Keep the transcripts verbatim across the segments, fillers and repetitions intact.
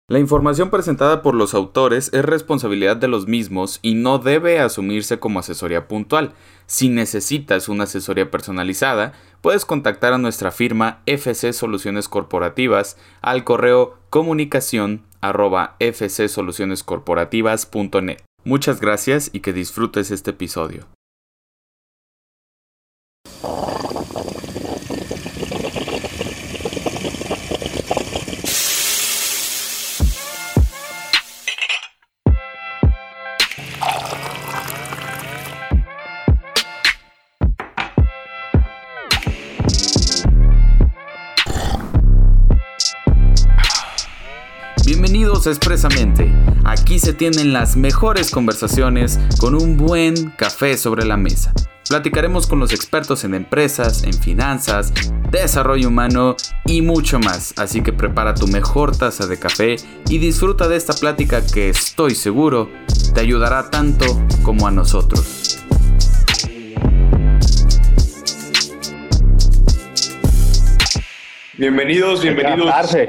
La información presentada por los autores es responsabilidad de los mismos y no debe asumirse como asesoría puntual. Si necesitas una asesoría personalizada, puedes contactar a nuestra firma F C Soluciones Corporativas al correo comunicación arroba f c soluciones corporativas punto net. Muchas gracias y que disfrutes este episodio. Bienvenidos a Expresamente. Aquí se tienen las mejores conversaciones con un buen café sobre la mesa. Platicaremos con los expertos en empresas, en finanzas, desarrollo humano y mucho más. Así que prepara tu mejor taza de café y disfruta de esta plática que estoy seguro te ayudará tanto como a nosotros. Bienvenidos, bienvenidos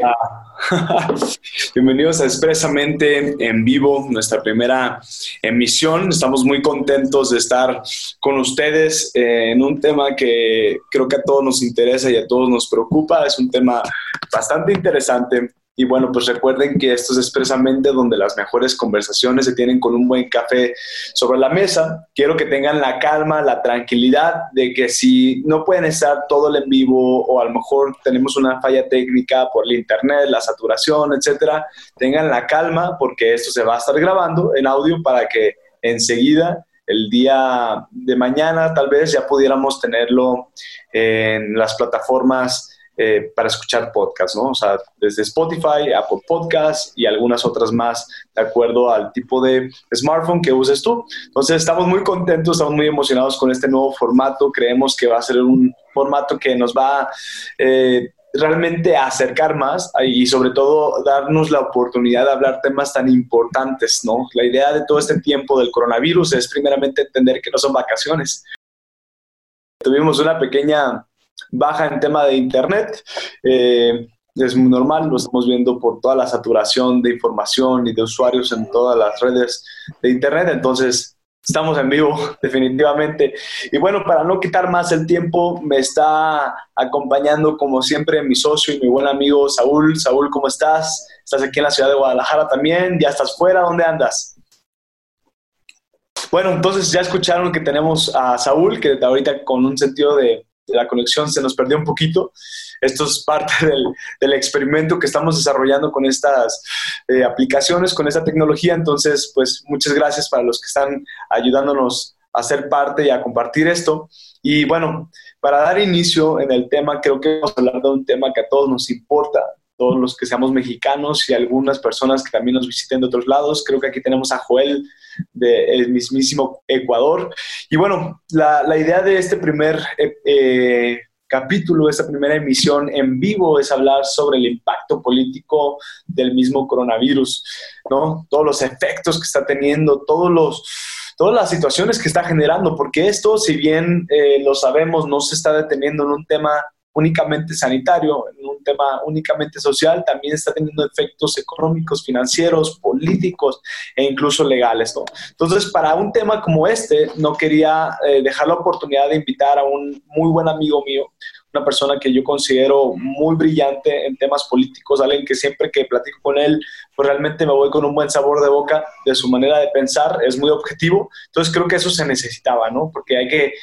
a, bienvenidos a Expresamente en vivo, nuestra primera emisión. Estamos muy contentos de estar con ustedes eh, en un tema que creo que a todos nos interesa y a todos nos preocupa. Es un tema bastante interesante. Y bueno, pues recuerden que esto es Expresamente, donde las mejores conversaciones se tienen con un buen café sobre la mesa. Quiero que tengan la calma, la tranquilidad de que si no pueden estar todo el en vivo o a lo mejor tenemos una falla técnica por el internet, la saturación, etcétera, tengan la calma porque esto se va a estar grabando en audio para que enseguida, el día de mañana, tal vez ya pudiéramos tenerlo en las plataformas Eh, para escuchar podcasts, ¿no? O sea, desde Spotify, Apple Podcasts y algunas otras más, de acuerdo al tipo de smartphone que uses tú. Entonces, estamos muy contentos, estamos muy emocionados con este nuevo formato. Creemos que va a ser un formato que nos va eh, realmente a acercar más y sobre todo darnos la oportunidad de hablar temas tan importantes, ¿no? La idea de todo este tiempo del coronavirus es primeramente entender que no son vacaciones. Tuvimos una pequeña baja en tema de internet, eh, es muy normal, lo estamos viendo por toda la saturación de información y de usuarios en todas las redes de internet, entonces estamos en vivo definitivamente. Y bueno, para no quitar más el tiempo, me está acompañando como siempre mi socio y mi buen amigo Saúl. Saúl, ¿cómo estás? ¿Estás aquí en la ciudad de Guadalajara también? ¿Ya estás fuera? ¿Dónde andas? Bueno, entonces ya escucharon que tenemos a Saúl, que ahorita con un sentido de la conexión se nos perdió un poquito. Esto es parte del, del experimento que estamos desarrollando con estas eh, aplicaciones, con esta tecnología. Entonces, pues muchas gracias para los que están ayudándonos a ser parte y a compartir esto. Y bueno, para dar inicio en el tema, creo que vamos a hablar de un tema que a todos nos importa, todos los que seamos mexicanos y algunas personas que también nos visiten de otros lados. Creo que aquí tenemos a Joel del mismísimo Ecuador. Y bueno, la, la idea de este primer eh, eh, capítulo, esta primera emisión en vivo es hablar sobre el impacto político del mismo coronavirus, ¿no? Todos los efectos que está teniendo, todos los... todas las situaciones que está generando, porque esto, si bien eh, lo sabemos, no se está deteniendo en un tema únicamente sanitario, en un tema únicamente social, también está teniendo efectos económicos, financieros, políticos e incluso legales, ¿no? Entonces, para un tema como este, no quería eh, dejar la oportunidad de invitar a un muy buen amigo mío, una persona que yo considero muy brillante en temas políticos, alguien que siempre que platico con él, pues realmente me voy con un buen sabor de boca de su manera de pensar, es muy objetivo. Entonces creo que eso se necesitaba, ¿no? Porque hay que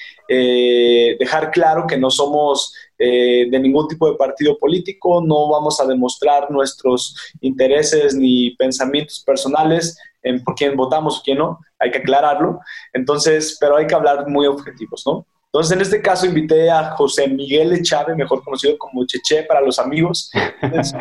eh, dejar claro que no somos eh, de ningún tipo de partido político, no vamos a demostrar nuestros intereses ni pensamientos personales en por quién votamos o quién no, hay que aclararlo. Entonces, pero hay que hablar muy objetivos, ¿no? Entonces, en este caso, invité a José Miguel Echave, mejor conocido como Cheche para los amigos. Es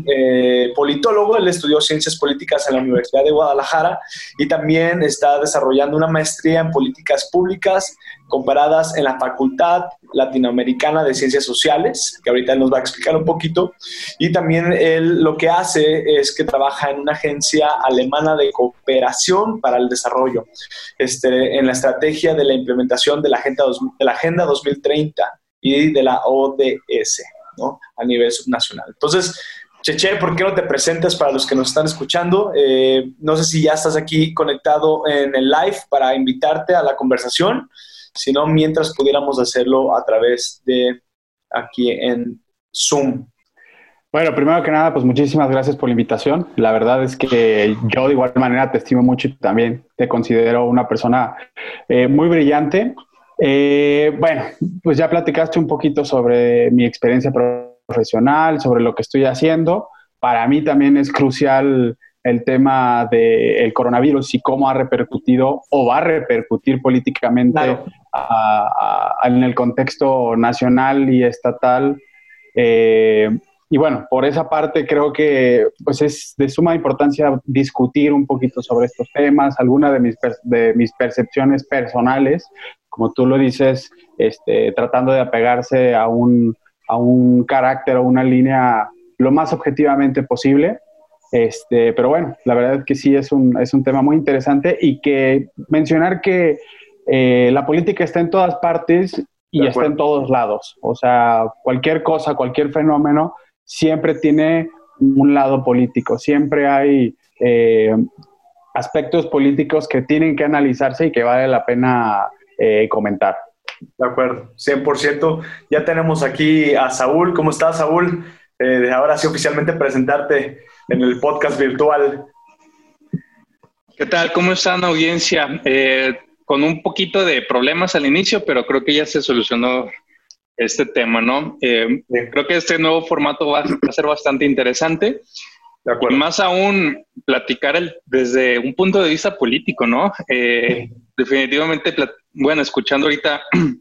eh, politólogo, él estudió Ciencias Políticas en la Universidad de Guadalajara y también está desarrollando una maestría en Políticas Públicas comparadas en la Facultad Latinoamericana de Ciencias Sociales, que ahorita él nos va a explicar un poquito. Y también él lo que hace es que trabaja en una agencia alemana de cooperación para el desarrollo, este, en la estrategia de la implementación de la Agenda, de la Agenda dos mil treinta y de la O D S, ¿no? A nivel subnacional. Entonces, Cheche, ¿por qué no te presentas para los que nos están escuchando? Eh, no sé si ya estás aquí conectado en el live para invitarte a la conversación, si no, mientras pudiéramos hacerlo a través de aquí en Zoom. Bueno, primero que nada, pues muchísimas gracias por la invitación. La verdad es que yo de igual manera te estimo mucho y también te considero una persona eh, muy brillante. Eh, bueno, pues ya platicaste un poquito sobre mi experiencia profesional, sobre lo que estoy haciendo. Para mí también es crucial el tema del coronavirus y cómo ha repercutido o va a repercutir políticamente claro. a, a, en el contexto nacional y estatal. Eh, Y bueno, por esa parte creo que pues es de suma importancia discutir un poquito sobre estos temas, algunas de mis, de mis percepciones personales, como tú lo dices, este, tratando de apegarse a un, a un carácter o una línea lo más objetivamente posible. Este, pero bueno, la verdad es que sí es un, es un tema muy interesante y que mencionar que eh, la política está en todas partes y está en todos lados. O sea, cualquier cosa, cualquier fenómeno siempre tiene un lado político, siempre hay eh, aspectos políticos que tienen que analizarse y que vale la pena eh, comentar. De acuerdo, cien por ciento. Ya tenemos aquí a Saúl. ¿Cómo estás, Saúl? Eh, ahora sí oficialmente presentarte en el podcast virtual. ¿Qué tal? ¿Cómo están, audiencia? Eh, con un poquito de problemas al inicio, pero creo que ya se solucionó este tema, ¿no? Eh, creo que este nuevo formato va a ser bastante interesante. De acuerdo. Y más aún, platicar el, desde un punto de vista político, ¿no? Eh, sí. Definitivamente, bueno, escuchando ahorita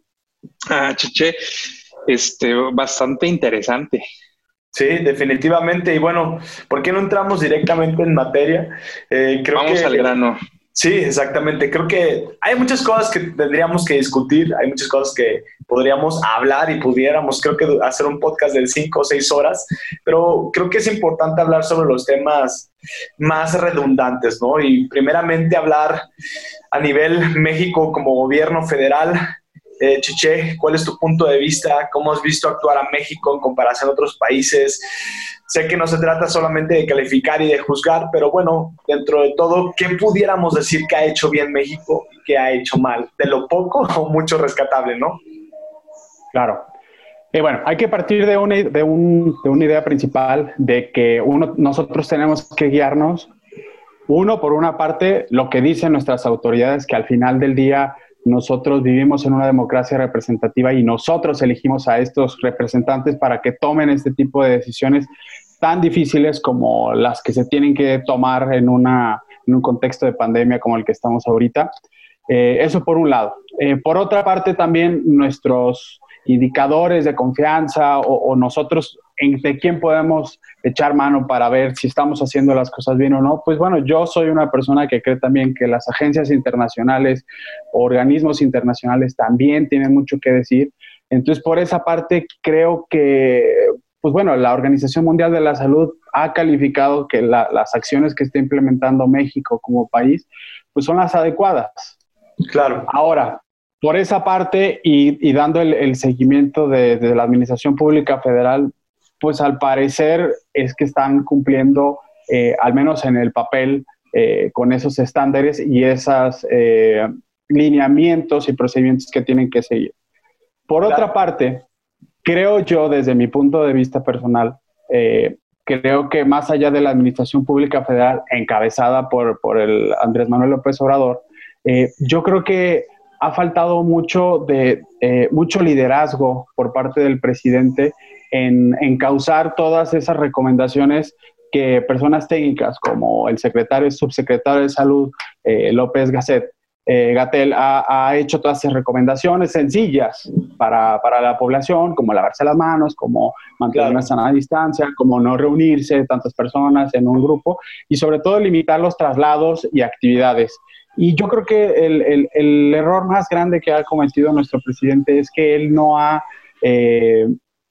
a Cheche, este, bastante interesante. Sí, definitivamente. Y bueno, ¿por qué no entramos directamente en materia? Eh, creo Vamos que, al grano. Sí, exactamente. Creo que hay muchas cosas que tendríamos que discutir, hay muchas cosas que podríamos hablar y pudiéramos, creo que hacer un podcast de cinco o seis horas, pero creo que es importante hablar sobre los temas más redundantes, ¿no? Y primeramente hablar a nivel México como gobierno federal. Eh, Cheche, ¿cuál es tu punto de vista? ¿Cómo has visto actuar a México en comparación a otros países? Sé que no se trata solamente de calificar y de juzgar, pero bueno, dentro de todo, ¿qué pudiéramos decir que ha hecho bien México y que ha hecho mal? ¿De lo poco o mucho rescatable, no? Claro. Eh, bueno, hay que partir de una, de, un, de una idea principal de que uno, nosotros tenemos que guiarnos, uno, por una parte, lo que dicen nuestras autoridades, que al final del día nosotros vivimos en una democracia representativa y nosotros elegimos a estos representantes para que tomen este tipo de decisiones tan difíciles como las que se tienen que tomar en, una, en un contexto de pandemia como el que estamos ahorita. Eh, eso por un lado. Eh, por otra parte, también nuestros indicadores de confianza o, o nosotros en de quién podemos echar mano para ver si estamos haciendo las cosas bien o no, pues bueno, yo soy una persona que cree también que las agencias internacionales, organismos internacionales también tienen mucho que decir. Entonces, por esa parte, creo que, pues bueno, la Organización Mundial de la Salud ha calificado que la, las acciones que está implementando México como país, pues son las adecuadas. Claro. Ahora, por esa parte y, y dando el, el seguimiento de, de la Administración Pública Federal, pues al parecer es que están cumpliendo, eh, al menos en el papel, eh, con esos estándares y esos eh, lineamientos y procedimientos que tienen que seguir. Por claro. otra parte, creo yo, desde mi punto de vista personal, eh, creo que más allá de la Administración Pública Federal, encabezada por, por el Andrés Manuel López Obrador, eh, yo creo que ha faltado mucho, de, eh, mucho liderazgo por parte del presidente en, en causar todas esas recomendaciones que personas técnicas como el secretario, subsecretario de Salud, eh, López Gatell, eh, Gatell ha, ha hecho todas esas recomendaciones sencillas para, para la población, como lavarse las manos, como mantener claro. una sana distancia, como no reunirse tantas personas en un grupo y sobre todo limitar los traslados y actividades. Y yo creo que el, el, el error más grande que ha cometido nuestro presidente es que él no ha eh,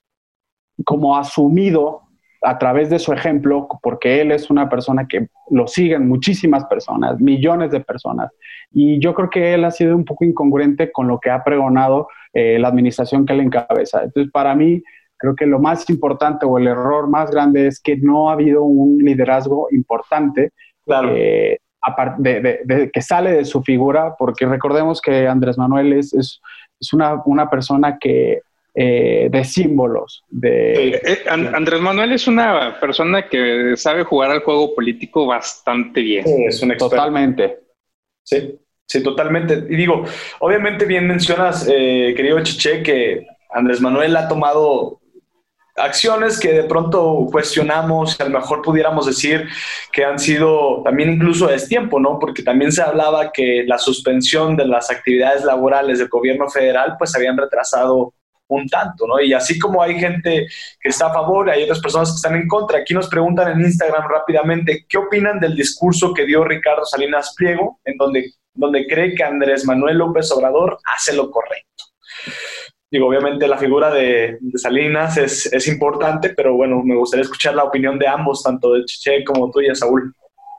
como asumido a través de su ejemplo, porque él es una persona que lo siguen muchísimas personas, millones de personas, y yo creo que él ha sido un poco incongruente con lo que ha pregonado eh, la administración que él encabeza. Entonces, para mí, Creo que lo más importante o el error más grande es que no ha habido un liderazgo importante claro. eh, de, de, de, que sale de su figura, porque recordemos que Andrés Manuel es, es, es una, una persona que eh, de símbolos. De, eh, eh, Andrés Manuel es una persona que sabe jugar al juego político bastante bien. Sí, es un experto. Totalmente. Sí, sí, totalmente. Y digo, obviamente bien mencionas, eh, querido Chiché, que Andrés Manuel ha tomado acciones que de pronto cuestionamos, que a lo mejor pudiéramos decir que han sido también incluso a destiempo, ¿no? Porque también se hablaba que la suspensión de las actividades laborales del gobierno federal pues habían retrasado un tanto, ¿no? Y así como hay gente que está a favor, hay otras personas que están en contra. Aquí nos preguntan en Instagram rápidamente, ¿qué opinan del discurso que dio Ricardo Salinas Pliego, en donde, donde cree que Andrés Manuel López Obrador hace lo correcto? Digo, obviamente la figura de, de Salinas es, es importante, pero bueno, me gustaría escuchar la opinión de ambos, tanto de Chiché como tuya, Saúl.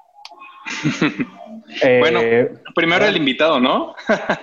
eh, bueno, primero ¿eh? el invitado, ¿no?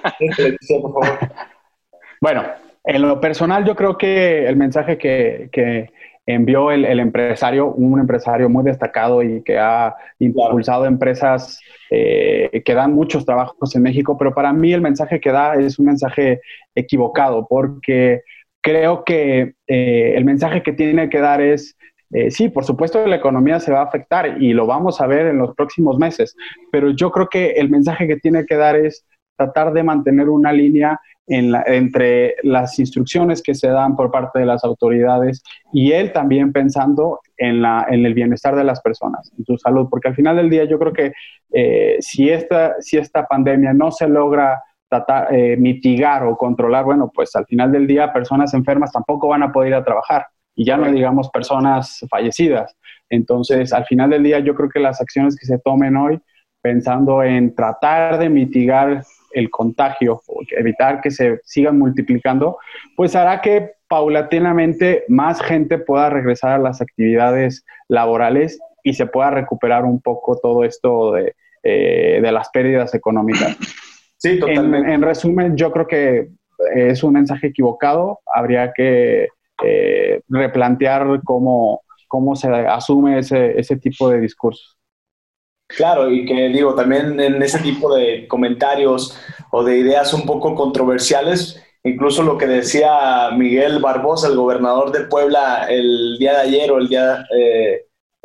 Sí, por favor. Bueno, en lo personal yo creo que el mensaje que, que envió el, el empresario, un empresario muy destacado y que ha impulsado claro. empresas eh, que dan muchos trabajos en México, pero para mí el mensaje que da es un mensaje equivocado, porque creo que eh, el mensaje que tiene que dar es, eh, sí, por supuesto que la economía se va a afectar y lo vamos a ver en los próximos meses, pero yo creo que el mensaje que tiene que dar es tratar de mantener una línea en la, entre las instrucciones que se dan por parte de las autoridades y él también pensando en, la, en el bienestar de las personas, en su salud, porque al final del día yo creo que eh, si, esta, si esta pandemia no se logra tratar, eh, mitigar o controlar, bueno, pues al final del día personas enfermas tampoco van a poder ir a trabajar y ya no digamos personas fallecidas. Entonces, al final del día yo creo que las acciones que se tomen hoy pensando en tratar de mitigar el contagio, o evitar que se sigan multiplicando, pues hará que paulatinamente más gente pueda regresar a las actividades laborales y se pueda recuperar un poco todo esto de, eh, de las pérdidas económicas. Sí, totalmente. En, en resumen, yo creo que es un mensaje equivocado. Habría que eh, replantear cómo, cómo se asume ese, ese tipo de discursos. Claro, y que digo, también en ese tipo de comentarios o de ideas un poco controversiales, incluso lo que decía Miguel Barbosa, el gobernador de Puebla, el día de ayer o el día eh,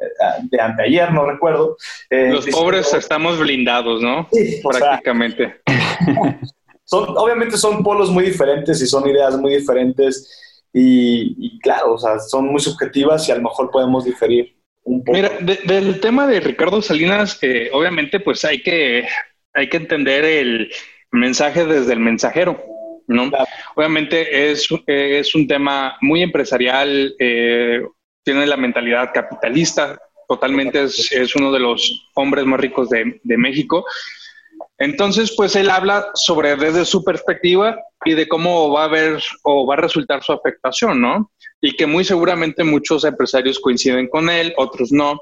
de anteayer, no recuerdo. Eh, Los diciendo, pobres estamos blindados, ¿no? Sí, prácticamente. O sea, son, obviamente son polos muy diferentes y son ideas muy diferentes y, y claro, o sea, son muy subjetivas y a lo mejor podemos diferir. Mira, de, del tema de Ricardo Salinas, eh, obviamente pues hay que, hay que entender el mensaje desde el mensajero, ¿no? Claro. Obviamente es, es un tema muy empresarial, eh, tiene la mentalidad capitalista, totalmente es, es uno de los hombres más ricos de, de México. Entonces, pues él habla sobre desde su perspectiva y de cómo va a ver o va a resultar su afectación, ¿no? Y que muy seguramente muchos empresarios coinciden con él, otros no.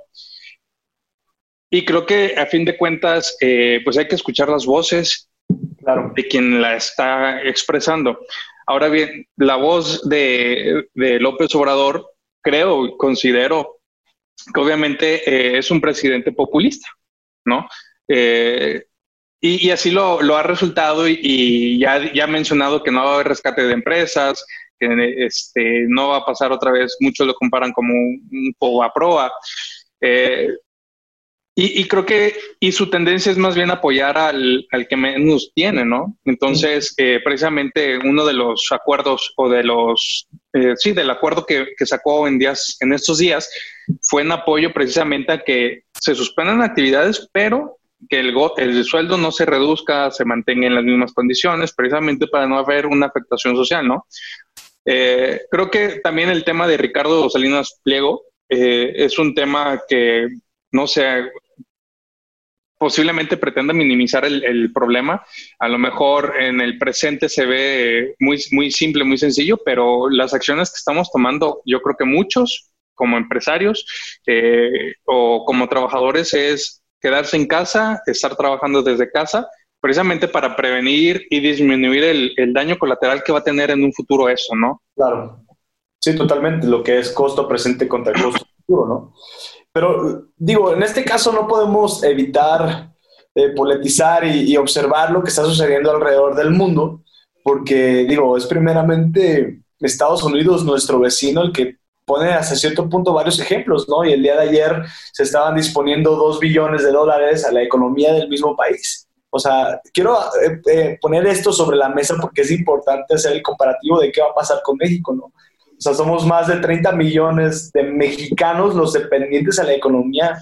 Y creo que a fin de cuentas, eh, pues hay que escuchar las voces claro. de quien la está expresando. Ahora bien, la voz de, de López Obrador, creo, considero que obviamente eh, es un presidente populista, ¿no? Eh, Y, y así lo, lo ha resultado y, y ya, ya ha mencionado que no va a haber rescate de empresas, que este, no va a pasar otra vez, muchos lo comparan como un, un POA-PROA. Eh, y, y creo que y su tendencia es más bien apoyar al, al que menos tiene, ¿no? Entonces, eh, precisamente uno de los acuerdos o de los, eh, sí, del acuerdo que, que sacó en, días, en estos días fue en apoyo precisamente a que se suspendan actividades, pero que el, el sueldo no se reduzca, se mantenga en las mismas condiciones, precisamente para no haber una afectación social, ¿no? Eh, creo que también el tema de Ricardo Salinas Pliego eh, es un tema que, no sé, posiblemente pretenda minimizar el, el problema. A lo mejor en el presente se ve muy, muy simple, muy sencillo, pero las acciones que estamos tomando, yo creo que muchos, como empresarios eh, o como trabajadores, es quedarse en casa, estar trabajando desde casa, precisamente para prevenir y disminuir el, el daño colateral que va a tener en un futuro eso, ¿no? Claro. Sí, totalmente, lo que es costo presente contra costo futuro, ¿no? Pero digo, en este caso no podemos evitar eh, politizar y, y observar lo que está sucediendo alrededor del mundo, porque digo, es primeramente Estados Unidos, nuestro vecino, el que pone hasta cierto punto varios ejemplos, ¿no? Y el día de ayer se estaban disponiendo dos billones de dólares a la economía del mismo país. O sea, quiero eh, eh, poner esto sobre la mesa porque es importante hacer el comparativo de qué va a pasar con México, ¿no? O sea, somos más de treinta millones de mexicanos los dependientes a la economía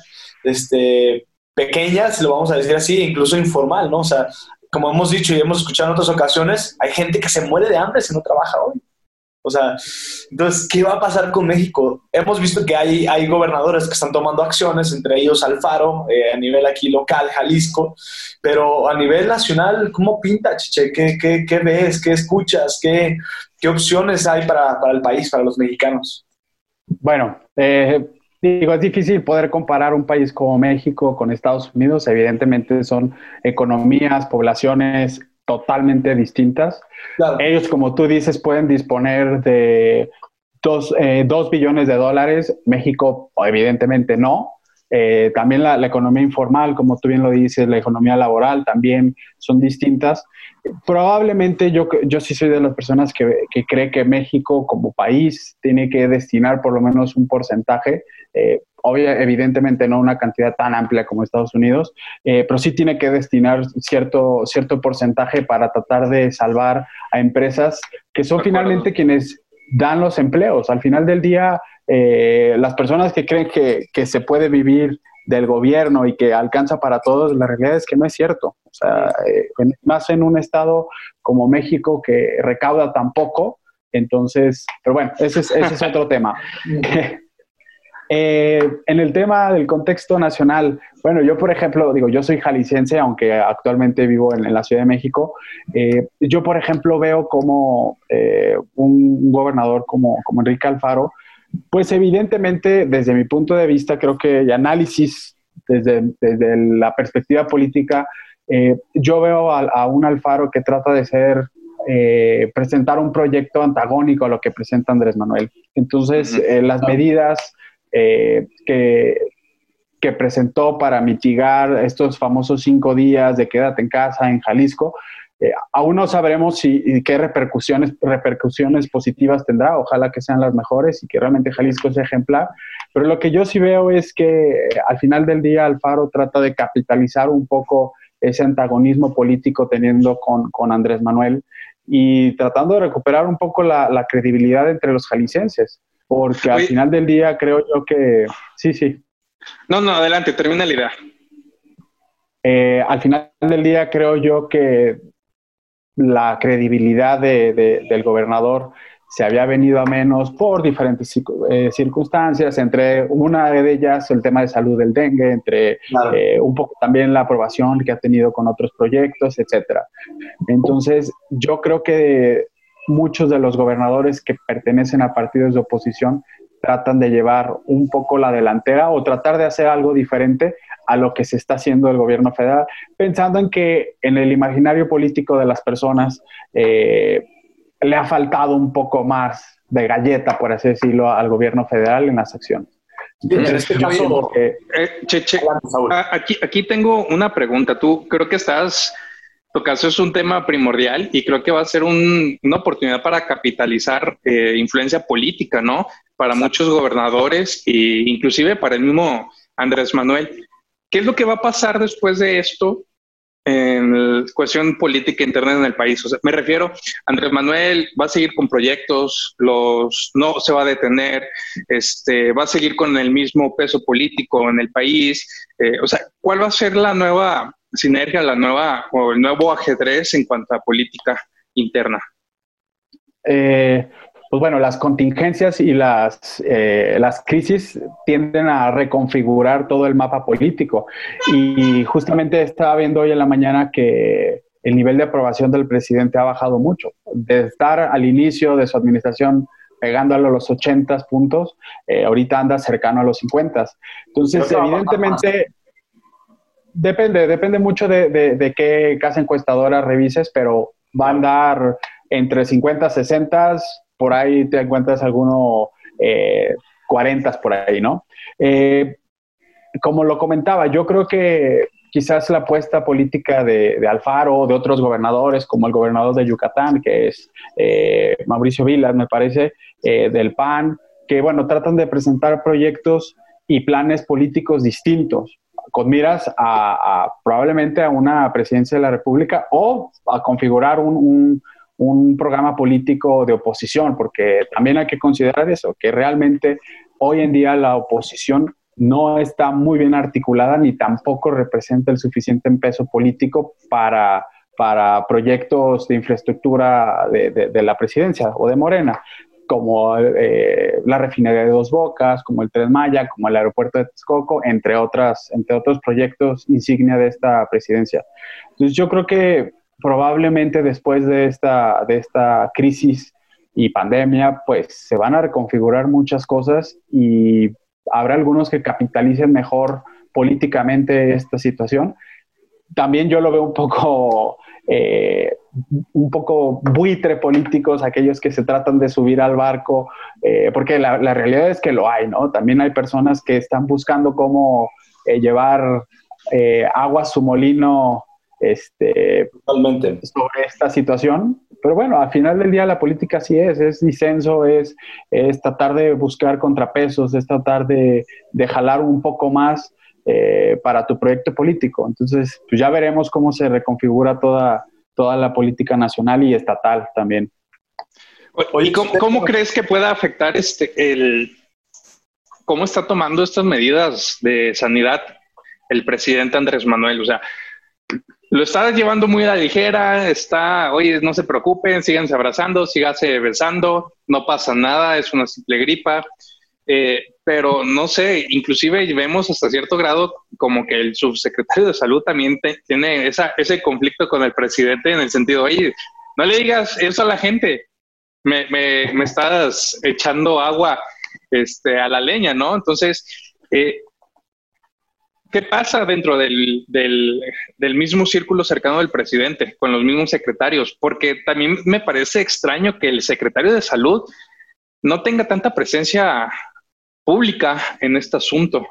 este, pequeña, si lo vamos a decir así, incluso informal, ¿no? O sea, como hemos dicho y hemos escuchado en otras ocasiones, hay gente que se muere de hambre si no trabaja hoy. O sea, entonces, ¿qué va a pasar con México? Hemos visto que hay, hay gobernadores que están tomando acciones, entre ellos Alfaro, eh, a nivel aquí local, Jalisco, pero a nivel nacional, ¿cómo pinta, Chiche? ¿Qué, qué, qué ves? ¿Qué escuchas? ¿Qué, qué opciones hay para, para el país, para los mexicanos? Bueno, eh, digo, es difícil poder comparar un país como México con Estados Unidos. Evidentemente son economías, poblaciones totalmente distintas. Claro. Ellos, como tú dices, pueden disponer de dos, eh, dos billones de dólares. México, evidentemente, no. Eh, también la, la economía informal, como tú bien lo dices, la economía laboral también son distintas. Probablemente yo, yo sí soy de las personas que, que cree que México como país tiene que destinar por lo menos un porcentaje, eh, obvio, evidentemente no una cantidad tan amplia como Estados Unidos, eh, pero sí tiene que destinar cierto, cierto porcentaje para tratar de salvar a empresas que son finalmente quienes dan los empleos. Al final del día, eh, las personas que creen que, que se puede vivir del gobierno y que alcanza para todos, la realidad es que no es cierto. O sea, eh, más en un estado como México que recauda tan poco, entonces, pero bueno, ese es, ese es otro tema. Eh, en el tema del contexto nacional, bueno, yo por ejemplo, digo, yo soy jalisciense, aunque actualmente vivo en, en la Ciudad de México. Eh, yo por ejemplo veo como eh, un gobernador como, como Enrique Alfaro, pues evidentemente desde mi punto de vista creo que el análisis desde, desde la perspectiva política, eh, yo veo a, a un Alfaro que trata de ser eh, presentar un proyecto antagónico a lo que presenta Andrés Manuel. Entonces, eh, las medidas Eh, que, que presentó para mitigar estos famosos cinco días de quédate en casa en Jalisco, eh, aún no sabremos si, y qué repercusiones, repercusiones positivas tendrá. Ojalá que sean las mejores y que realmente Jalisco sea ejemplar, pero lo que yo sí veo es que al final del día Alfaro trata de capitalizar un poco ese antagonismo político teniendo con, con Andrés Manuel y tratando de recuperar un poco la, la credibilidad entre los jaliscienses. Porque al Oye, final del día creo yo que... Sí, sí. No, no, adelante, termina la idea. Eh, al final del día creo yo que la credibilidad de, de, del gobernador se había venido a menos por diferentes eh, circunstancias, entre una de ellas el tema de salud del dengue, entre claro. eh, un poco también la aprobación que ha tenido con otros proyectos, etcétera. Entonces, yo creo que muchos de los gobernadores que pertenecen a partidos de oposición tratan de llevar un poco la delantera o tratar de hacer algo diferente a lo que se está haciendo el gobierno federal, pensando en que en el imaginario político de las personas eh, le ha faltado un poco más de galleta, por así decirlo, al gobierno federal en las acciones. Entonces, en este caso, eh, eh, che, che, aquí, aquí tengo una pregunta. Tú creo que estás... Tu caso es un tema primordial y creo que va a ser un, una oportunidad para capitalizar eh, influencia política, ¿no? Para muchos gobernadores e inclusive para el mismo Andrés Manuel. ¿Qué es lo que va a pasar después de esto en cuestión política interna en el país? O sea, me refiero, Andrés Manuel va a seguir con proyectos, los no se va a detener, este, va a seguir con el mismo peso político en el país. Eh, o sea, ¿cuál va a ser la nueva sinergia, la nueva o el nuevo ajedrez en cuanto a política interna? Eh, pues bueno, las contingencias y las, eh, las crisis tienden a reconfigurar todo el mapa político. Y justamente estaba viendo hoy en la mañana que el nivel de aprobación del presidente ha bajado mucho. De estar al inicio de su administración pegándole a los ochenta puntos, eh, ahorita anda cercano a los cincuenta. Entonces, evidentemente... Depende, depende mucho de, de, de qué casa encuestadora revises, pero va a andar entre cincuenta, sesenta, por ahí te encuentras alguno eh, cuarenta por ahí, ¿no? Eh, como lo comentaba, yo creo que quizás la apuesta política de, de Alfaro, de otros gobernadores, como el gobernador de Yucatán, que es eh, Mauricio Vilas, me parece, eh, del P A N, que, bueno, tratan de presentar proyectos y planes políticos distintos, con miras a, a probablemente a una presidencia de la República o a configurar un, un, un programa político de oposición, porque también hay que considerar eso, que realmente hoy en día la oposición no está muy bien articulada ni tampoco representa el suficiente peso político para, para proyectos de infraestructura de, de, de la presidencia o de Morena, como eh, la refinería de Dos Bocas, como el Tren Maya, como el aeropuerto de Texcoco, entre, otras, entre otros proyectos insignia de esta presidencia. Entonces yo creo que probablemente después de esta, de esta crisis y pandemia, pues se van a reconfigurar muchas cosas y habrá algunos que capitalicen mejor políticamente esta situación. También yo lo veo un poco, eh, un poco buitre políticos, aquellos que se tratan de subir al barco, eh, porque la, la realidad es que lo hay, ¿no? También hay personas que están buscando cómo eh, llevar eh, agua a su molino este, Totalmente. sobre esta situación. Pero bueno, al final del día la política así es, es disenso, es, es tratar de buscar contrapesos, es tratar de, de jalar un poco más eh, para tu proyecto político. Entonces, pues ya veremos cómo se reconfigura toda, toda la política nacional y estatal también. ¿Y cómo, cómo crees que pueda afectar este el cómo está tomando estas medidas de sanidad el presidente Andrés Manuel? O sea, lo está llevando muy a la ligera, está, oye, no se preocupen, síganse abrazando, síganse besando, no pasa nada, es una simple gripa, eh, pero no sé, inclusive vemos hasta cierto grado como que el subsecretario de Salud también te, tiene esa, ese conflicto con el presidente en el sentido, oye, no le digas eso a la gente, me, me, me estás echando agua este, a la leña, ¿no? Entonces, eh, ¿qué pasa dentro del, del, del mismo círculo cercano del presidente, con los mismos secretarios? Porque también me parece extraño que el secretario de Salud no tenga tanta presencia pública en este asunto.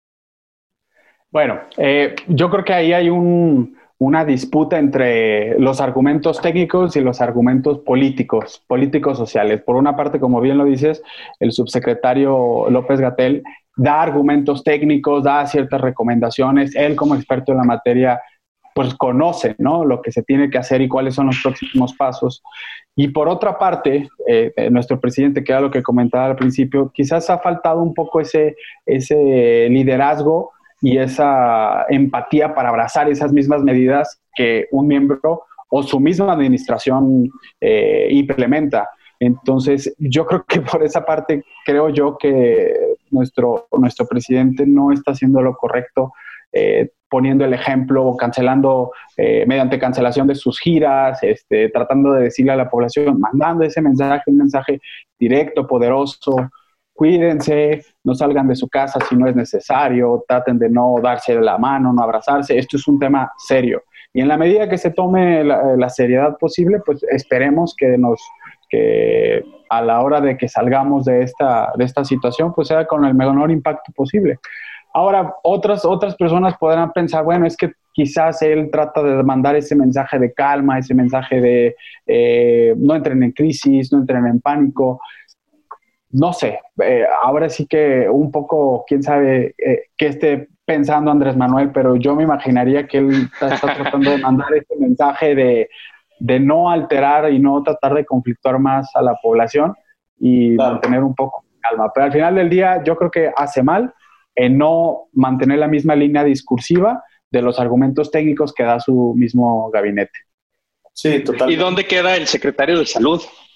Bueno, eh, yo creo que ahí hay un, una disputa entre los argumentos técnicos y los argumentos políticos, políticos sociales. Por una parte, como bien lo dices, el subsecretario López-Gatell da argumentos técnicos, da ciertas recomendaciones. Él, como experto en la materia, pues conoce, ¿no?, lo que se tiene que hacer y cuáles son los próximos pasos. Y por otra parte, eh, nuestro presidente, que era lo que comentaba al principio, quizás ha faltado un poco ese, ese liderazgo y esa empatía para abrazar esas mismas medidas que un miembro o su misma administración eh, implementa. Entonces, yo creo que por esa parte, creo yo que nuestro, nuestro presidente no está haciendo lo correcto, eh, poniendo el ejemplo o cancelando, eh, mediante cancelación de sus giras, este, tratando de decirle a la población, mandando ese mensaje, un mensaje directo, poderoso: cuídense, no salgan de su casa si no es necesario, traten de no darse la mano, no abrazarse. Esto es un tema serio. Y en la medida que se tome la, la seriedad posible, pues esperemos que nos que a la hora de que salgamos de esta, de esta situación, pues sea con el menor impacto posible. Ahora, otras, otras personas podrán pensar, bueno, es que quizás él trata de mandar ese mensaje de calma, ese mensaje de eh, no entren en crisis, no entren en pánico. No sé, eh, ahora sí que un poco, quién sabe eh, qué esté pensando Andrés Manuel, pero yo me imaginaría que él está, está tratando de mandar ese mensaje de, de no alterar y no tratar de conflictuar más a la población y claro, mantener un poco de calma. Pero al final del día yo creo que hace mal en no mantener la misma línea discursiva de los argumentos técnicos que da su mismo gabinete. Sí, totalmente. ¿Y dónde queda el secretario de Salud?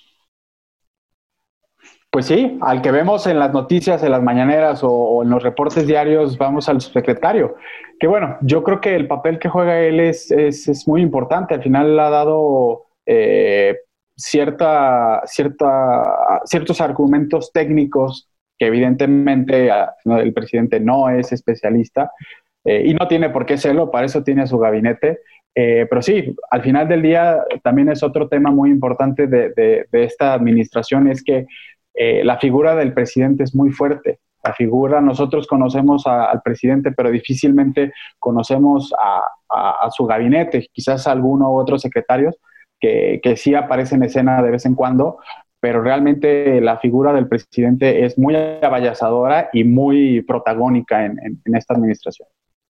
Pues sí, al que vemos en las noticias, en las mañaneras o, o en los reportes diarios, vamos al subsecretario. Que bueno, yo creo que el papel que juega él es, es, es muy importante. Al final ha dado eh, cierta, cierta, ciertos argumentos técnicos que evidentemente ¿no? el presidente no es especialista eh, y no tiene por qué serlo, para eso tiene a su gabinete. Eh, pero sí, al final del día también es otro tema muy importante de, de, de esta administración, es que eh, la figura del presidente es muy fuerte. La figura, nosotros conocemos a, al presidente, pero difícilmente conocemos a, a, a su gabinete, quizás a alguno u otros secretarios que, que sí aparecen en escena de vez en cuando, pero realmente la figura del presidente es muy avallazadora y muy protagónica en, en, en esta administración.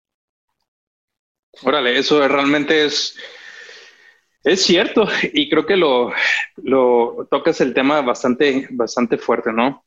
Órale, eso realmente es, es cierto, y creo que lo, lo tocas el tema bastante, bastante fuerte, ¿no?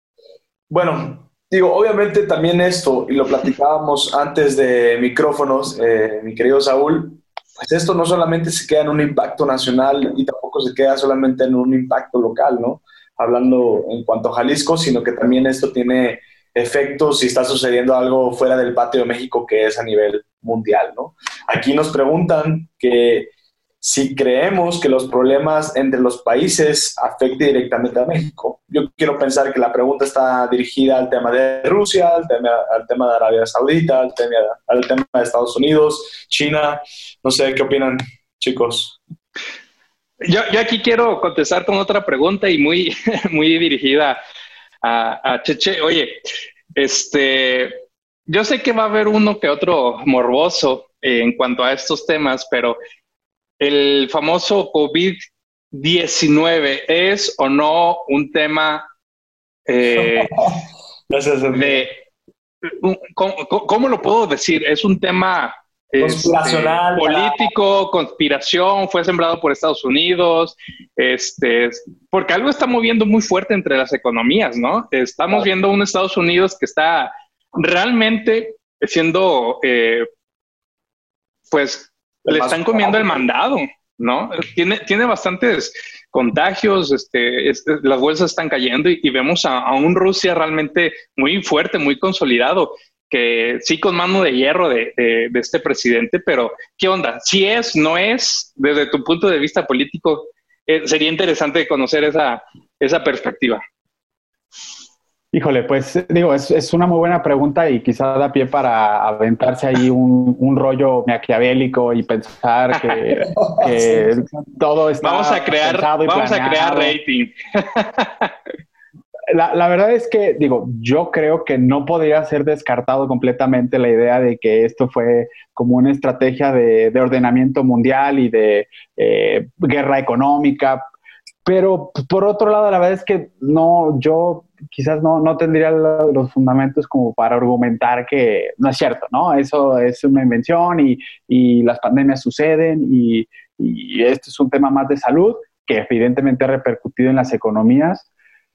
Bueno, digo, obviamente también esto, y lo platicábamos antes de micrófonos, eh, mi querido Saúl, pues esto no solamente se queda en un impacto nacional y tampoco se queda solamente en un impacto local, ¿no? Hablando en cuanto a Jalisco, sino que también esto tiene efectos si está sucediendo algo fuera del patio de México, que es a nivel mundial, ¿no? Aquí nos preguntan que si creemos que los problemas entre los países afecten directamente a México. Yo quiero pensar que la pregunta está dirigida al tema de Rusia, al tema, al tema de Arabia Saudita, al tema, al tema de Estados Unidos, China. No sé, ¿qué opinan, chicos? Yo, yo aquí quiero contestar con otra pregunta y muy, muy dirigida a, a Cheche. Oye, este, yo sé que va a haber uno que otro morboso eh, en cuanto a estos temas, pero ¿el famoso COVID diecinueve es o no un tema eh, de... ¿cómo, ¿Cómo lo puedo decir? ¿Es un tema conspiracional, este, político, conspiración, fue sembrado por Estados Unidos? Este, porque algo está moviendo muy fuerte entre las economías, ¿no? Estamos viendo un Estados Unidos que está realmente siendo, eh, pues, le están comiendo el mandado, ¿no? Tiene, tiene bastantes contagios, este, este, las bolsas están cayendo y, y vemos a, a un Rusia realmente muy fuerte, muy consolidado, que sí con mano de hierro de, de, de este presidente, pero ¿qué onda? Si es, no es, desde tu punto de vista político, eh, sería interesante conocer esa, esa perspectiva. Híjole, pues digo, es, es una muy buena pregunta y quizá da pie para aventarse ahí un, un rollo maquiavélico y pensar que, que todo está vamos a crear, pensado y vamos planeado. a crear rating. La, la verdad es que, digo, yo creo que no podría ser descartado completamente la idea de que esto fue como una estrategia de, de ordenamiento mundial y de eh, guerra económica. Pero por otro lado, la verdad es que no, yo quizás no, no tendría los fundamentos como para argumentar que no es cierto, ¿no? Eso es una invención y, y las pandemias suceden y, y esto es un tema más de salud que evidentemente ha repercutido en las economías.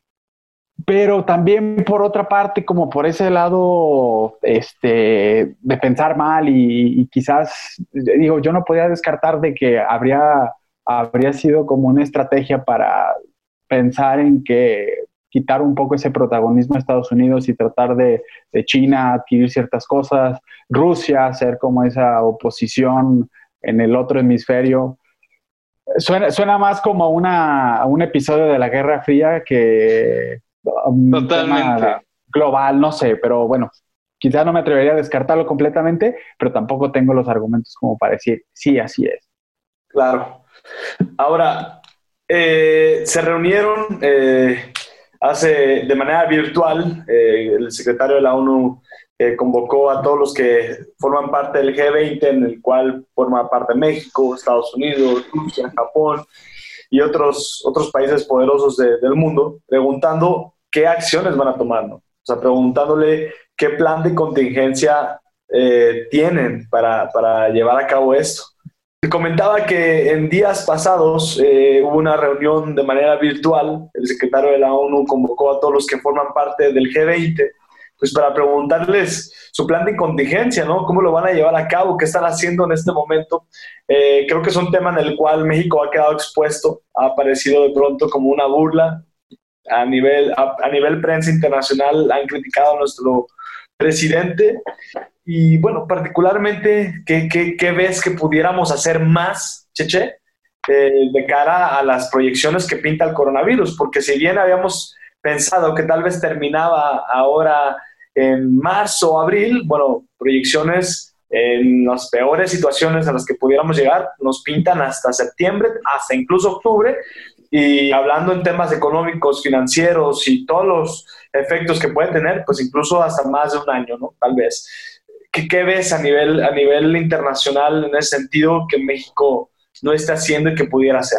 Pero también por otra parte, como por ese lado este, de pensar mal y, y quizás, digo, yo no podía descartar de que habría... habría sido como una estrategia para pensar en que quitar un poco ese protagonismo a Estados Unidos y tratar de, de China adquirir ciertas cosas, Rusia ser como esa oposición en el otro hemisferio. Suena, suena más como una, un episodio de la Guerra Fría que un Totalmente. tema global, no sé, pero bueno, quizás no me atrevería a descartarlo completamente, pero tampoco tengo los argumentos como para decir, sí, así es. Claro. Ahora, eh, se reunieron eh, hace de manera virtual, eh, el secretario de la ONU eh, convocó a todos los que forman parte del G veinte, en el cual forma parte México, Estados Unidos, Rusia, Japón y otros, otros países poderosos de, del mundo, preguntando qué acciones van a tomar, ¿no? O sea, preguntándole qué plan de contingencia eh, tienen para, para llevar a cabo esto. Comentaba que en días pasados eh, hubo una reunión de manera virtual. El secretario de la ONU convocó a todos los que forman parte del G veinte, pues para preguntarles su plan de contingencia, ¿no? ¿Cómo lo van a llevar a cabo? ¿Qué están haciendo en este momento? Eh, creo que es un tema en el cual México ha quedado expuesto. Ha aparecido de pronto como una burla. A nivel, a, a nivel prensa internacional han criticado a nuestro presidente. Y bueno, particularmente, ¿qué, qué, qué ves que pudiéramos hacer más, Cheche, eh, de cara a las proyecciones que pinta el coronavirus? Porque si bien habíamos pensado que tal vez terminaba ahora en marzo o abril, bueno, proyecciones en las peores situaciones a las que pudiéramos llegar, nos pintan hasta septiembre, hasta incluso octubre, y hablando en temas económicos, financieros y todos los efectos que pueden tener, pues incluso hasta más de un año, ¿no? Tal vez. ¿Qué, qué ves a nivel, a nivel internacional en ese sentido que México no está haciendo y que pudiera hacer?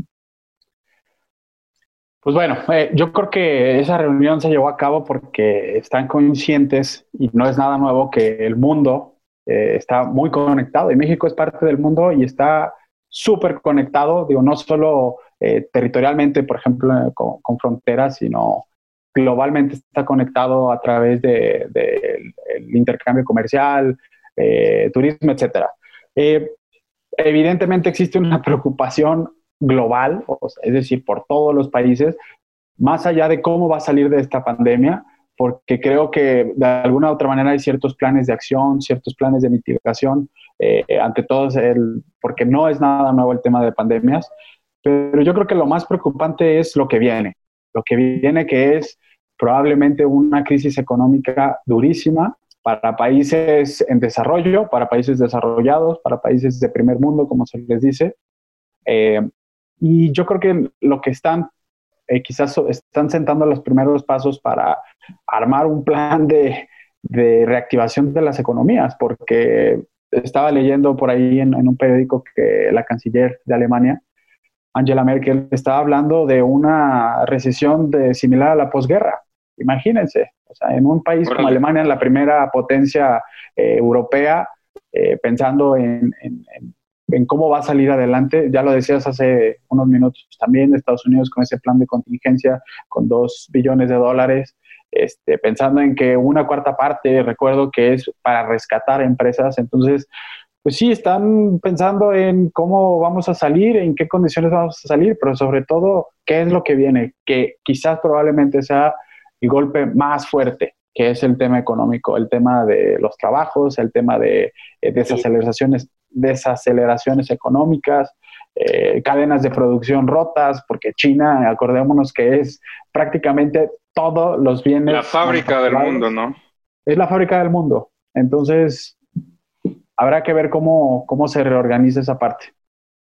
Pues bueno, eh, yo creo que esa reunión se llevó a cabo porque están conscientes, y no es nada nuevo, que el mundo eh, está muy conectado y México es parte del mundo y está súper conectado, digo, no solo eh, territorialmente, por ejemplo, eh, con, con fronteras, sino globalmente está conectado a través del de, de intercambio comercial, eh, turismo, etcétera. Eh, evidentemente existe una preocupación global, o sea, es decir, por todos los países, más allá de cómo va a salir de esta pandemia, porque creo que de alguna u otra manera hay ciertos planes de acción, ciertos planes de mitigación, eh, ante todo, el, porque no es nada nuevo el tema de pandemias, pero yo creo que lo más preocupante es lo que viene, lo que viene que es probablemente una crisis económica durísima para países en desarrollo, para países desarrollados, para países de primer mundo, como se les dice. Eh, y yo creo que lo que están, eh, quizás están sentando los primeros pasos para armar un plan de, de reactivación de las economías, porque estaba leyendo por ahí en, en un periódico que la canciller de Alemania, Angela Merkel, estaba hablando de una recesión de, similar a la posguerra. Imagínense, o sea, en un país como Alemania, la primera potencia eh, europea, eh, pensando en, en, en, en cómo va a salir adelante. Ya lo decías hace unos minutos también, Estados Unidos con ese plan de contingencia con dos billones de dólares, este, pensando en que una cuarta parte, recuerdo que es para rescatar empresas. Entonces, pues sí, están pensando en cómo vamos a salir, en qué condiciones vamos a salir, pero sobre todo, qué es lo que viene, que quizás probablemente sea el golpe más fuerte, que es el tema económico, el tema de los trabajos, el tema de eh, desaceleraciones, desaceleraciones económicas, eh, cadenas de producción rotas, porque China, acordémonos que es prácticamente todos los bienes. La fábrica del mundo, ¿no? Es la fábrica del mundo. Entonces, habrá que ver cómo, cómo se reorganiza esa parte.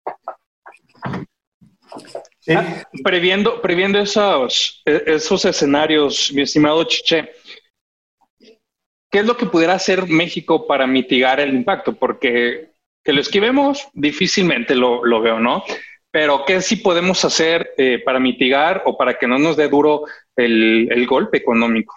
Sí. Ah, previendo, previendo esos, esos escenarios, mi estimado Chiche, ¿qué es lo que pudiera hacer México para mitigar el impacto? Porque que lo esquivemos difícilmente lo, lo veo, ¿no? Pero ¿qué sí podemos hacer eh, para mitigar o para que no nos dé duro el, el golpe económico?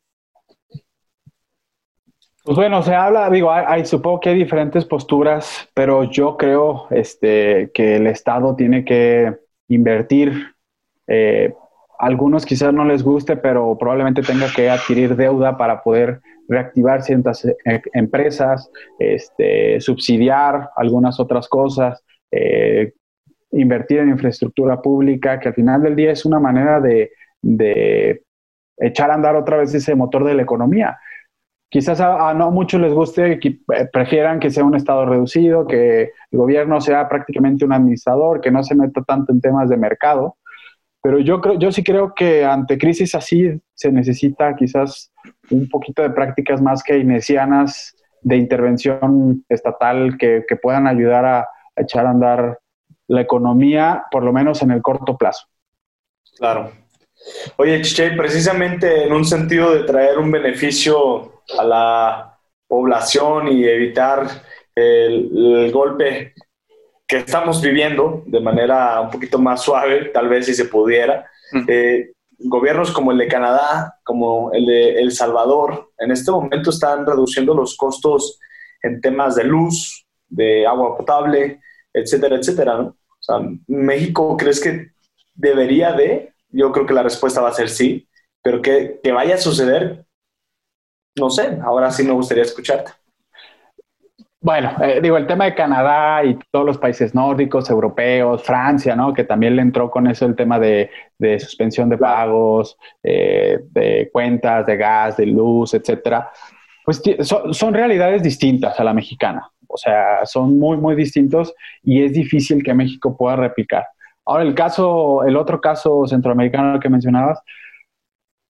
Pues bueno, se habla, digo, hay, hay, supongo que hay diferentes posturas, pero yo creo este, que el Estado tiene que invertir. Eh, algunos quizás no les guste, pero probablemente tenga que adquirir deuda para poder reactivar ciertas eh, empresas, este, subsidiar algunas otras cosas, eh, invertir en infraestructura pública, que al final del día es una manera de, de echar a andar otra vez ese motor de la economía. Quizás a, a no muchos les guste, que prefieran que sea un Estado reducido, que el gobierno sea prácticamente un administrador, que no se meta tanto en temas de mercado. Pero yo creo, yo sí creo que ante crisis así se necesita quizás un poquito de prácticas más keynesianas de intervención estatal que, que puedan ayudar a, a echar a andar la economía, por lo menos en el corto plazo. Claro. Oye, Chiche, precisamente en un sentido de traer un beneficio a la población y evitar el, el golpe que estamos viviendo de manera un poquito más suave, tal vez si se pudiera, uh-huh. eh, gobiernos como el de Canadá, como el de El Salvador, en este momento están reduciendo los costos en temas de luz, de agua potable, etcétera, etcétera, ¿no? O sea, ¿México crees que debería de? Yo creo que la respuesta va a ser sí, pero que, que vaya a suceder, no sé, ahora sí me gustaría escucharte. Bueno, eh, digo, el tema de Canadá y todos los países nórdicos, europeos, Francia, ¿no? Que también le entró con eso el tema de, de suspensión de pagos, eh, de cuentas, de gas, de luz, etcétera. Pues son, son realidades distintas a la mexicana. O sea, son muy, muy distintos y es difícil que México pueda replicar. Ahora, el caso, el otro caso centroamericano que mencionabas,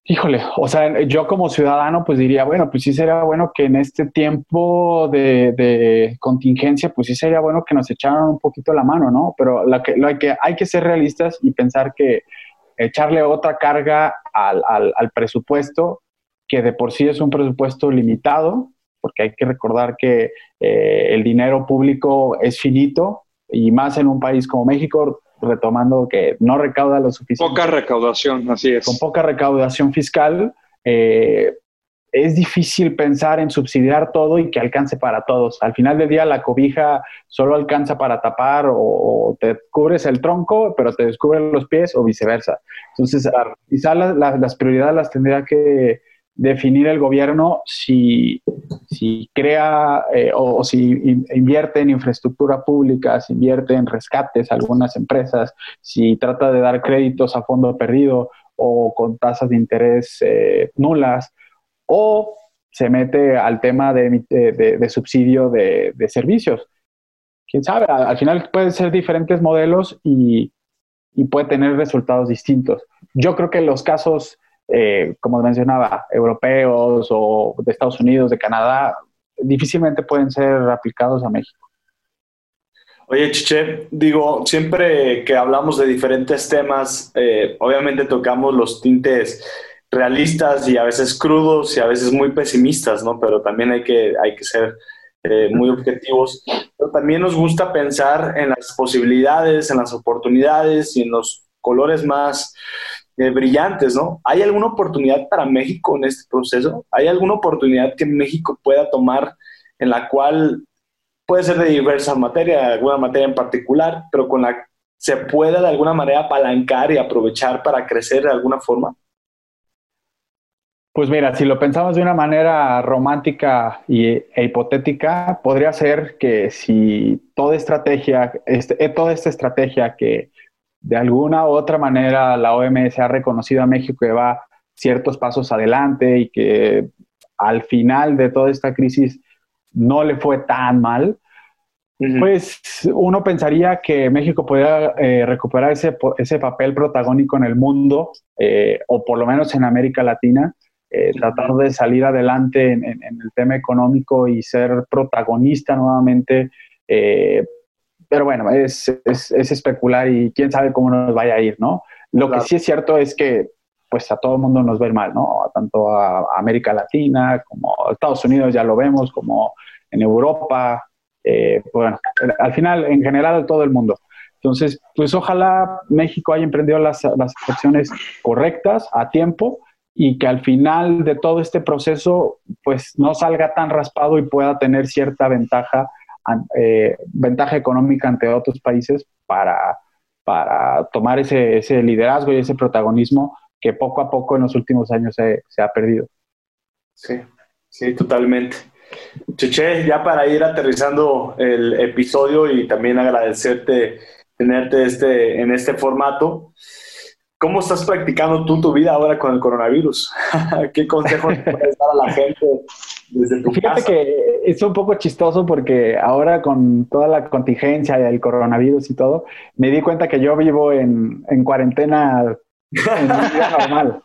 Híjole, o sea, yo como ciudadano pues diría, bueno, pues sí sería bueno que en este tiempo de, de contingencia, pues sí sería bueno que nos echaran un poquito la mano, ¿no? Pero lo que, lo que hay que ser realistas y pensar que echarle otra carga al, al, al presupuesto, que de por sí es un presupuesto limitado, porque hay que recordar que eh, el dinero público es finito, y más en un país como México, retomando que no recauda lo suficiente. Poca recaudación, así es. Con poca recaudación fiscal, eh, es difícil pensar en subsidiar todo y que alcance para todos. Al final del día la cobija solo alcanza para tapar o, o te cubres el tronco, pero te descubren los pies o viceversa. Entonces, quizás la, la, las prioridades las tendría que definir el gobierno si, si crea eh, o, o si invierte en infraestructura pública, si invierte en rescates a algunas empresas, si trata de dar créditos a fondo perdido o con tasas de interés eh, nulas, o se mete al tema de, de, de subsidio de, de servicios. Quién sabe, al final pueden ser diferentes modelos y, y puede tener resultados distintos. Yo creo que los casos, eh, como mencionaba, europeos o de Estados Unidos, de Canadá, difícilmente pueden ser aplicados a México. Oye, Chiche, digo, siempre que hablamos de diferentes temas, eh, obviamente tocamos los tintes realistas y a veces crudos y a veces muy pesimistas, ¿no? Pero también hay que, hay que ser eh, muy objetivos. Pero también nos gusta pensar en las posibilidades, en las oportunidades y en los colores más eh, brillantes, ¿no? ¿Hay alguna oportunidad para México en este proceso? ¿Hay alguna oportunidad que México pueda tomar en la cual puede ser de diversas materias, alguna materia en particular, pero con la que se pueda de alguna manera apalancar y aprovechar para crecer de alguna forma? Pues mira, si lo pensamos de una manera romántica y, e hipotética, podría ser que si toda estrategia, este, toda esta estrategia que de alguna u otra manera la O M S ha reconocido a México que va ciertos pasos adelante y que al final de toda esta crisis no le fue tan mal, uh-huh. Pues uno pensaría que México podría eh, recuperar ese, ese papel protagónico en el mundo, eh, o por lo menos en América Latina, eh, uh-huh. tratar de salir adelante en, en, en el tema económico y ser protagonista nuevamente. Eh, pero bueno, es, es, es especular y quién sabe cómo nos vaya a ir, ¿no? Lo claro. que sí es cierto es que pues a todo el mundo nos va a ir mal, ¿no? Tanto a América Latina como a Estados Unidos, ya lo vemos, como en Europa, eh, bueno, al final, en general, a todo el mundo. Entonces, pues ojalá México haya emprendido las, las acciones correctas a tiempo y que al final de todo este proceso, pues no salga tan raspado y pueda tener cierta ventaja, eh, ventaja económica ante otros países para, para tomar ese, ese liderazgo y ese protagonismo que poco a poco en los últimos años se, se ha perdido. Sí, sí, totalmente. Chiche, ya para ir aterrizando el episodio y también agradecerte tenerte este, en este formato, ¿cómo estás practicando tú tu vida ahora con el coronavirus? ¿Qué consejos puedes dar a la gente desde tu Fíjate casa? que es un poco chistoso porque ahora con toda la contingencia y el coronavirus y todo, me di cuenta que yo vivo en, en cuarentena en mi vida normal.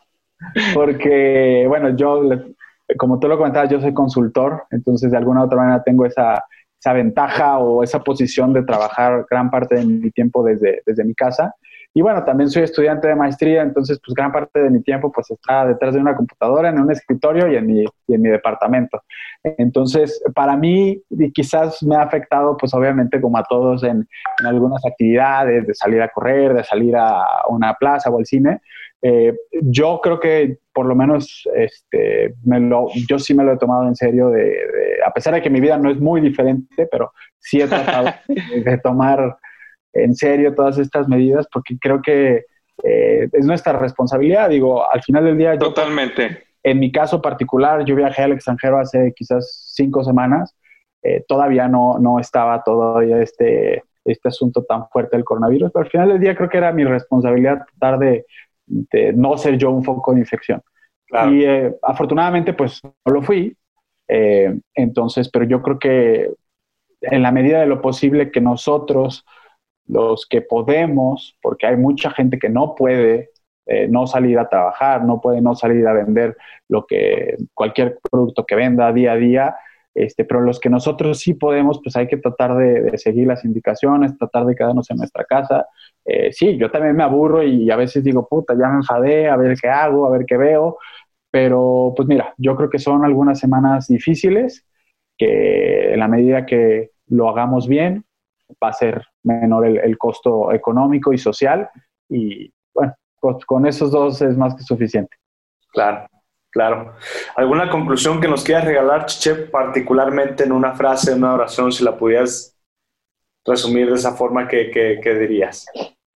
Porque, bueno, yo, como tú lo comentabas, yo soy consultor, entonces de alguna u otra manera tengo esa, esa ventaja o esa posición de trabajar gran parte de mi tiempo desde, desde mi casa. Y bueno, también soy estudiante de maestría, entonces pues gran parte de mi tiempo pues está detrás de una computadora, en un escritorio y en mi, y en mi departamento. Entonces, para mí quizás me ha afectado pues obviamente como a todos en, en algunas actividades, de salir a correr, de salir a una plaza o al cine. Eh, yo creo que por lo menos este, me lo, yo sí me lo he tomado en serio, de, de, a pesar de que mi vida no es muy diferente, pero sí he tratado de, de tomar en serio todas estas medidas, porque creo que eh, es nuestra responsabilidad. Digo, al final del día... Yo, totalmente. En mi caso particular, yo viajé al extranjero hace quizás cinco semanas. Eh, todavía no, no estaba todavía este, este asunto tan fuerte del coronavirus, pero al final del día creo que era mi responsabilidad tratar de, de no ser yo un foco de infección. Claro. Y eh, afortunadamente, pues no lo fui. Eh, entonces, pero yo creo que en la medida de lo posible que nosotros, los que podemos, porque hay mucha gente que no puede, eh, no salir a trabajar, no puede no salir a vender lo que, cualquier producto que venda día a día, este, pero los que nosotros sí podemos, pues hay que tratar de, de seguir las indicaciones, tratar de quedarnos en nuestra casa. Eh, sí, yo también me aburro y a veces digo, puta, ya me enfadé, a ver qué hago, a ver qué veo, pero pues mira, yo creo que son algunas semanas difíciles, que en la medida que lo hagamos bien, va a ser menor el, el costo económico y social, y bueno, con, con esos dos es más que suficiente. Claro, claro. ¿Alguna conclusión que nos quieras regalar, Cheche, particularmente en una frase, en una oración, si la pudieras resumir de esa forma, que, que, que dirías?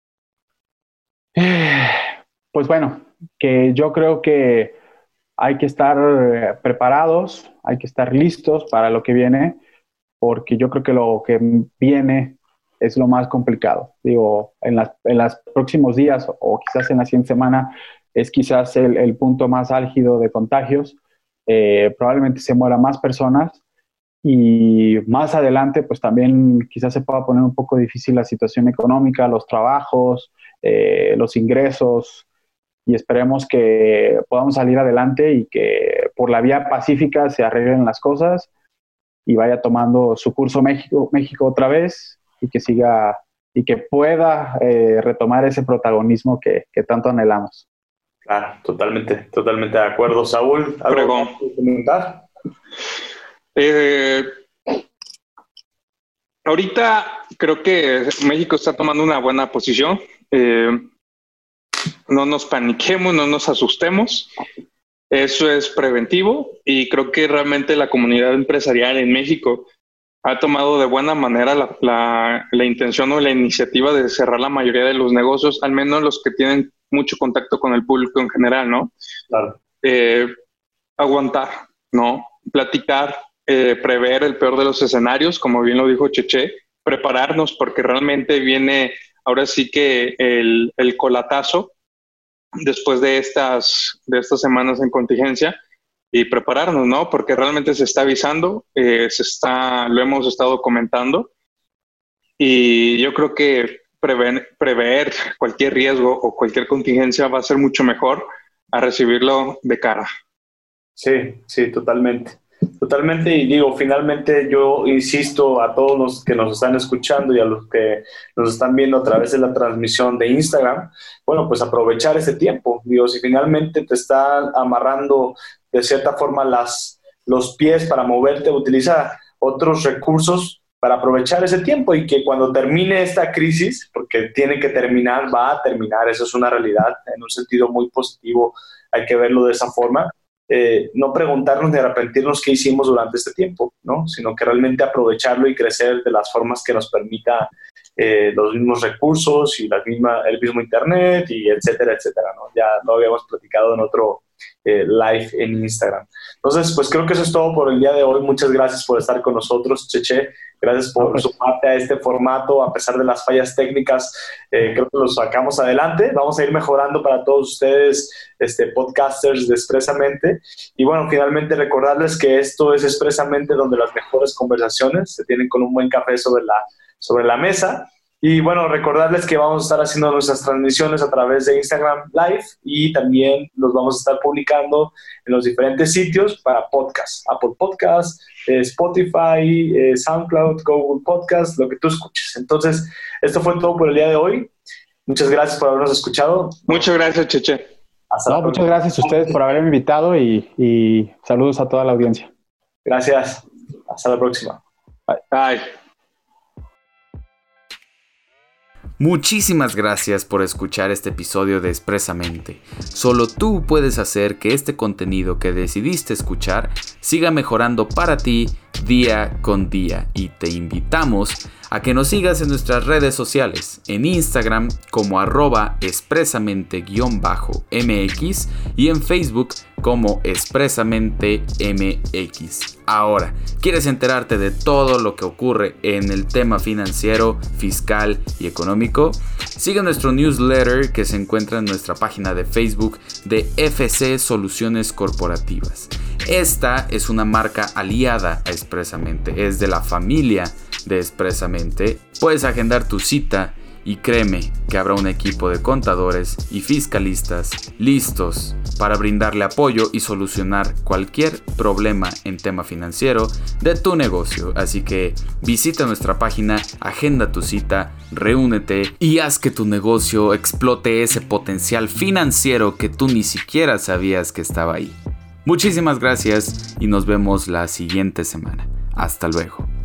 Pues bueno, que yo creo que hay que estar preparados, hay que estar listos para lo que viene, porque yo creo que lo que viene es lo más complicado. Digo, en las, en los próximos días o quizás en la siguiente semana es quizás el, el punto más álgido de contagios. Eh, probablemente se mueran más personas y más adelante pues también quizás se pueda poner un poco difícil la situación económica, los trabajos, eh, los ingresos, y esperemos que podamos salir adelante y que por la vía pacífica se arreglen las cosas y vaya tomando su curso México, México otra vez, y que siga y que pueda eh, retomar ese protagonismo que, que tanto anhelamos. Claro, totalmente, totalmente de acuerdo. Saúl, ¿algo que comentar? Eh, ahorita creo que México está tomando una buena posición. Eh, no nos paniquemos, no nos asustemos. Eso es preventivo, y creo que realmente la comunidad empresarial en México ha tomado de buena manera la, la, la intención o la iniciativa de cerrar la mayoría de los negocios, al menos los que tienen mucho contacto con el público en general, ¿no? Claro. Eh, aguantar, ¿no? Platicar, eh, prever el peor de los escenarios, como bien lo dijo Cheche, prepararnos, porque realmente viene ahora sí que el, el colatazo después de estas, de estas semanas en contingencia, y prepararnos, ¿no? Porque realmente se está avisando, eh, se está, lo hemos estado comentando, y yo creo que prever, prever cualquier riesgo o cualquier contingencia va a ser mucho mejor a recibirlo de cara. Sí, sí, totalmente. Totalmente, y digo, finalmente yo insisto a todos los que nos están escuchando y a los que nos están viendo a través de la transmisión de Instagram, bueno, pues aprovechar ese tiempo. Digo, si finalmente te está amarrando de cierta forma las, los pies para moverte, utiliza otros recursos para aprovechar ese tiempo, y que cuando termine esta crisis, porque tiene que terminar, va a terminar, eso es una realidad, en un sentido muy positivo, hay que verlo de esa forma. Eh, no preguntarnos ni arrepentirnos qué hicimos durante este tiempo, ¿no? Sino que realmente aprovecharlo y crecer de las formas que nos permita eh, los mismos recursos y la misma, el mismo internet, y etcétera, etcétera, ¿no? Ya lo habíamos platicado en otro eh, live en Instagram. Entonces, pues creo que eso es todo por el día de hoy. Muchas gracias por estar con nosotros, Cheche. Gracias por okay. sumarte a este formato, a pesar de las fallas técnicas. Eh, creo que lo sacamos adelante. Vamos a ir mejorando para todos ustedes, este, podcasters de Expresamente. Y bueno, finalmente recordarles que esto es Expresamente, donde las mejores conversaciones se tienen con un buen café sobre la, sobre la mesa. Y bueno, recordarles que vamos a estar haciendo nuestras transmisiones a través de Instagram Live, y también los vamos a estar publicando en los diferentes sitios para podcast, Apple Podcast, eh, Spotify, eh, SoundCloud, Google Podcast, lo que tú escuches. Entonces, esto fue todo por el día de hoy. Muchas gracias por habernos escuchado. Muchas gracias, Cheche. Hasta no, muchas gracias a ustedes por haberme invitado, y, y saludos a toda la audiencia. Gracias. Hasta la próxima. Bye. Bye. Muchísimas gracias por escuchar este episodio de Expresamente. Solo tú puedes hacer que este contenido que decidiste escuchar siga mejorando para ti día con día, y te invitamos a que nos sigas en nuestras redes sociales, en Instagram como arroba expresamente-mx y en Facebook como Expresamente M X. Ahora, ¿quieres enterarte de todo lo que ocurre en el tema financiero, fiscal y económico? Sigue nuestro newsletter que se encuentra en nuestra página de Facebook de F C Soluciones Corporativas. Esta es una marca aliada a Expresamente, es de la familia de Expresamente. Puedes agendar tu cita Y créeme que habrá un equipo de contadores y fiscalistas listos para brindarle apoyo y solucionar cualquier problema en tema financiero de tu negocio. Así que visita nuestra página, agenda tu cita, reúnete y haz que tu negocio explote ese potencial financiero que tú ni siquiera sabías que estaba ahí. Muchísimas gracias y nos vemos la siguiente semana. Hasta luego.